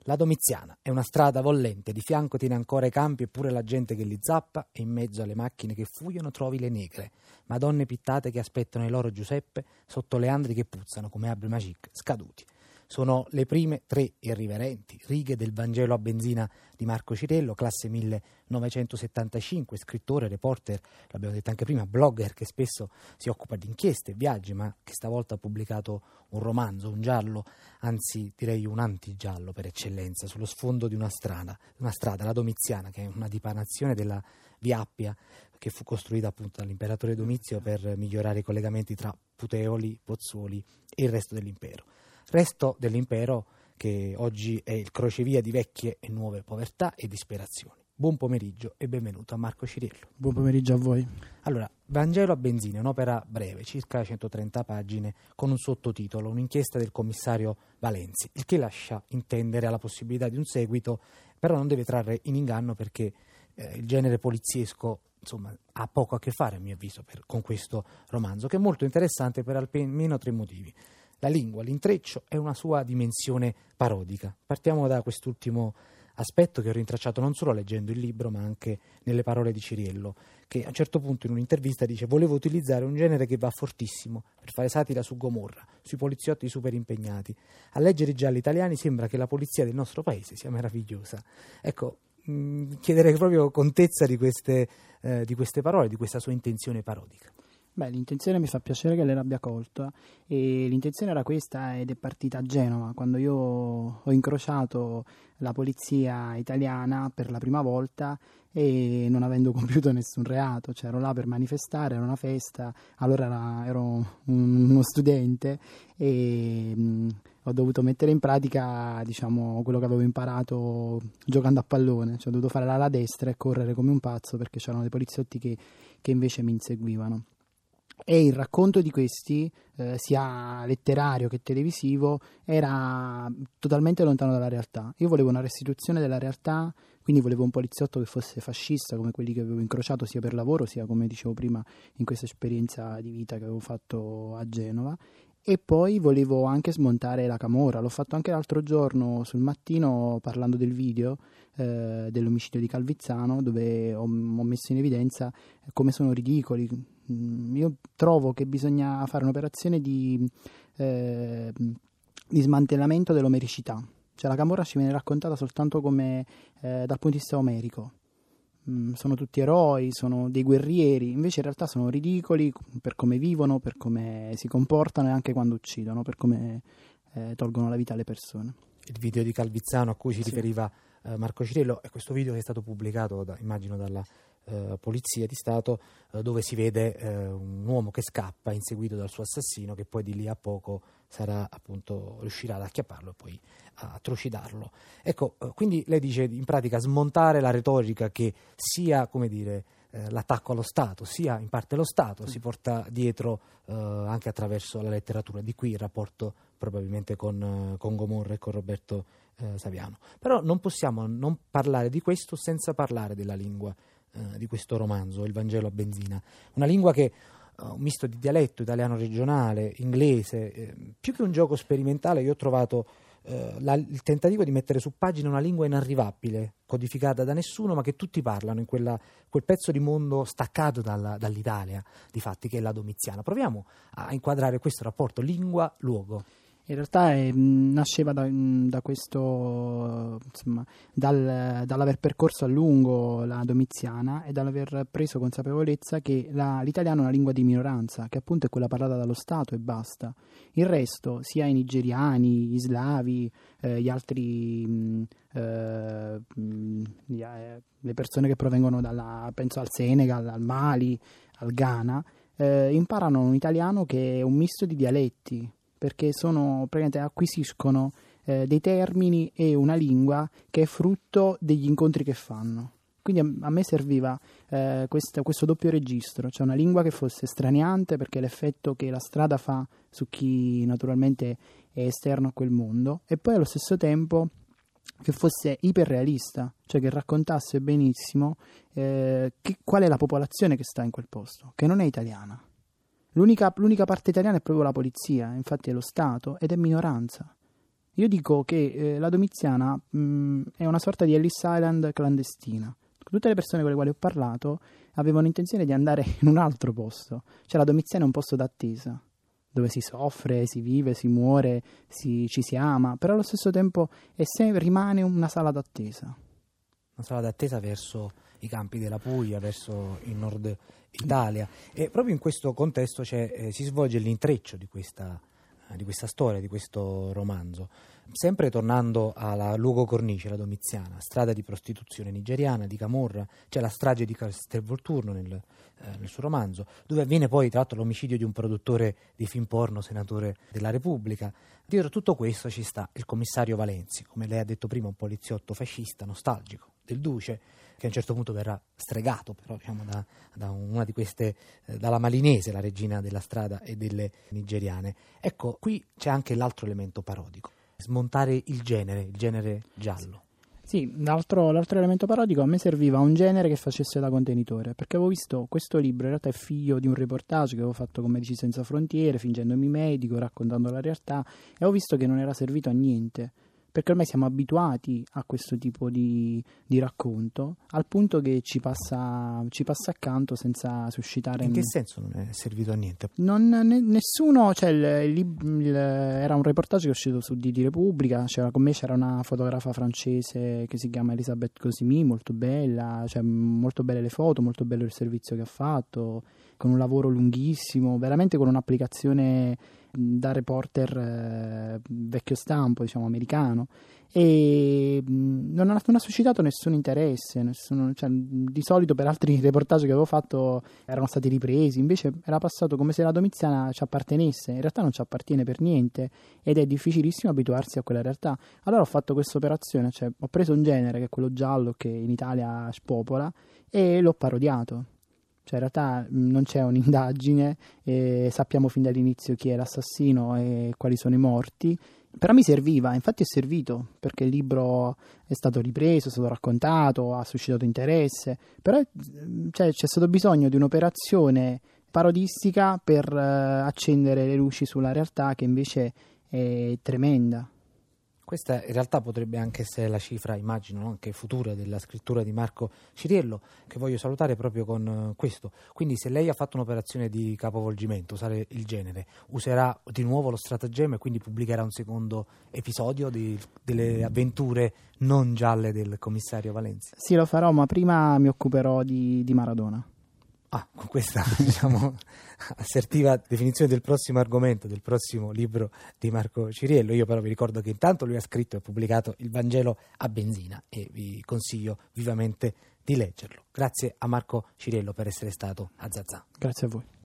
La Domiziana è una strada vollente, di fianco tiene ancora i campi eppure la gente che li zappa e in mezzo alle macchine che fuyano trovi le negre, madonne pittate che aspettano il loro Giuseppe sotto le andri che puzzano come Abri Magic scaduti. Sono le prime 3 irriverenti righe del Vangelo a benzina di Marco Cirello, classe 1975, scrittore, reporter, l'abbiamo detto anche prima, blogger che spesso si occupa di inchieste e viaggi, ma che stavolta ha pubblicato un romanzo, un giallo, anzi direi un antigiallo per eccellenza, sullo sfondo di una strada, la Domiziana, che è una dipanazione della Via Appia, che fu costruita appunto dall'imperatore Domizio per migliorare i collegamenti tra Puteoli, Pozzuoli e il resto dell'impero. Resto dell'impero che oggi è il crocevia di vecchie e nuove povertà e disperazioni. Buon pomeriggio e benvenuto a Marco Cirello. Buon pomeriggio a voi. Allora, Vangelo a benzina è un'opera breve, circa 130 pagine, con un sottotitolo, un'inchiesta del commissario Valenzi, il che lascia intendere alla possibilità di un seguito, però non deve trarre in inganno perché il genere poliziesco insomma ha poco a che fare, a mio avviso, con questo romanzo, che è molto interessante per almeno 3 motivi. La lingua, l'intreccio è una sua dimensione parodica. Partiamo da quest'ultimo aspetto che ho rintracciato non solo leggendo il libro ma anche nelle parole di Ciriello, che a un certo punto in un'intervista dice: volevo utilizzare un genere che va fortissimo per fare satira su Gomorra, sui poliziotti super impegnati. A leggere i gialli italiani sembra che la polizia del nostro paese sia meravigliosa. Ecco, chiederei proprio contezza di queste parole, di questa sua intenzione parodica. Beh, l'intenzione mi fa piacere che lei l'abbia colta, e l'intenzione era questa ed è partita a Genova, quando io ho incrociato la polizia italiana per la prima volta e non avendo compiuto nessun reato, cioè ero là per manifestare, era una festa, allora ero uno studente e ho dovuto mettere in pratica, diciamo, quello che avevo imparato giocando a pallone, cioè ho dovuto fare l'ala destra e correre come un pazzo perché c'erano dei poliziotti che invece mi inseguivano. E il racconto di questi, sia letterario che televisivo, era totalmente lontano dalla realtà. Io volevo una restituzione della realtà, quindi volevo un poliziotto che fosse fascista come quelli che avevo incrociato sia per lavoro sia, come dicevo prima, in questa esperienza di vita che avevo fatto a Genova. E poi volevo anche smontare la camorra. L'ho fatto anche l'altro giorno sul Mattino parlando del video dell'omicidio di Calvizzano, dove ho messo in evidenza come sono ridicoli. Io trovo che bisogna fare un'operazione di smantellamento dell'omericità. Cioè la camorra ci viene raccontata soltanto come dal punto di vista omerico. Sono tutti eroi, sono dei guerrieri, invece in realtà sono ridicoli per come vivono, per come si comportano e anche quando uccidono, per come tolgono la vita alle persone. Il video di Calvizzano a cui si riferiva Marco Cirello è questo video che è stato pubblicato immagino dalla Polizia di Stato, dove si vede un uomo che scappa inseguito dal suo assassino, che poi di lì a poco riuscirà ad acchiapparlo e poi a trucidarlo. Ecco, quindi lei dice in pratica smontare la retorica che sia, come dire, l'attacco allo Stato, sia in parte lo Stato si porta dietro anche attraverso la letteratura, di qui il rapporto probabilmente con Gomorra e con Roberto Saviano. Però non possiamo non parlare di questo senza parlare della lingua di questo romanzo, Il Vangelo a benzina, una lingua che un misto di dialetto italiano regionale, inglese, più che un gioco sperimentale io ho trovato il tentativo di mettere su pagina una lingua inarrivabile, codificata da nessuno, ma che tutti parlano in quel pezzo di mondo staccato dall'Italia, difatti, che è la Domiziana. Proviamo a inquadrare questo rapporto lingua-luogo. In realtà nasceva da questo, insomma, dall'aver percorso a lungo la Domiziana e dall'aver preso consapevolezza che l'italiano è una lingua di minoranza, che appunto è quella parlata dallo Stato e basta. Il resto, sia i nigeriani, gli slavi, gli altri, le persone che provengono penso al Senegal, al Mali, al Ghana, imparano un italiano che è un misto di dialetti, perché praticamente acquisiscono dei termini e una lingua che è frutto degli incontri che fanno. Quindi a me serviva questo doppio registro, cioè una lingua che fosse straniante, perché l'effetto che la strada fa su chi naturalmente è esterno a quel mondo, e poi allo stesso tempo che fosse iperrealista, cioè che raccontasse benissimo qual è la popolazione che sta in quel posto, che non è italiana. L'unica parte italiana è proprio la polizia, infatti è lo Stato, ed è minoranza. Io dico che la Domiziana è una sorta di Ellis Island clandestina. Tutte le persone con le quali ho parlato avevano intenzione di andare in un altro posto. Cioè la Domiziana è un posto d'attesa, dove si soffre, si vive, si muore, ci si ama, però allo stesso tempo rimane una sala d'attesa. Una sala d'attesa verso i campi della Puglia, verso il nord Italia. E proprio in questo contesto si svolge l'intreccio di questa storia, di questo romanzo. Sempre tornando alla luogo cornice, la Domiziana, strada di prostituzione nigeriana, di camorra, c'è la strage di Castelvolturno nel suo romanzo, dove avviene poi tra l'altro l'omicidio di un produttore di film porno, senatore della Repubblica. Dietro tutto questo ci sta il commissario Valenzi, come lei ha detto prima, un poliziotto fascista, nostalgico del Duce, che a un certo punto verrà stregato però da una di queste, dalla Malinese, la regina della strada e delle nigeriane. Ecco, qui c'è anche l'altro elemento parodico, smontare il genere giallo. Sì, l'altro elemento parodico, a me serviva un genere che facesse da contenitore, perché avevo visto questo libro, in realtà è figlio di un reportage che avevo fatto con Medici Senza Frontiere, fingendomi medico, raccontando la realtà, e avevo visto che non era servito a niente, perché ormai siamo abituati a questo tipo di racconto, al punto che ci passa accanto senza suscitare... In che senso non è servito a niente? Nessuno, cioè era un reportage che è uscito su di Repubblica, con me c'era una fotografa francese che si chiama Elisabeth Cosimi, molto bella, cioè molto belle le foto, molto bello il servizio che ha fatto, con un lavoro lunghissimo, veramente con un'applicazione da reporter vecchio stampo, diciamo americano, e non ha suscitato nessun interesse, cioè, di solito per altri reportage che avevo fatto erano stati ripresi, invece era passato come se la Domiziana ci appartenesse. In realtà non ci appartiene per niente ed è difficilissimo abituarsi a quella realtà. Allora ho fatto questa operazione, cioè ho preso un genere che è quello giallo che in Italia spopola e l'ho parodiato. Cioè in realtà non c'è un'indagine, sappiamo fin dall'inizio chi è l'assassino e quali sono i morti, però mi serviva, infatti è servito, perché il libro è stato ripreso, è stato raccontato, ha suscitato interesse, però c'è stato bisogno di un'operazione parodistica per accendere le luci sulla realtà che invece è tremenda. Questa in realtà potrebbe anche essere la cifra, immagino, anche futura della scrittura di Marco Ciriello, che voglio salutare proprio con questo. Quindi se lei ha fatto un'operazione di capovolgimento, usare il genere, userà di nuovo lo stratagemma e quindi pubblicherà un secondo episodio delle avventure non gialle del commissario Valenzi? Sì, lo farò, ma prima mi occuperò di Maradona. Con questa assertiva definizione del prossimo argomento, del prossimo libro di Marco Ciriello, io però vi ricordo che intanto lui ha scritto e pubblicato Il Vangelo a benzina e vi consiglio vivamente di leggerlo. Grazie a Marco Ciriello per essere stato a Zazà. Grazie a voi.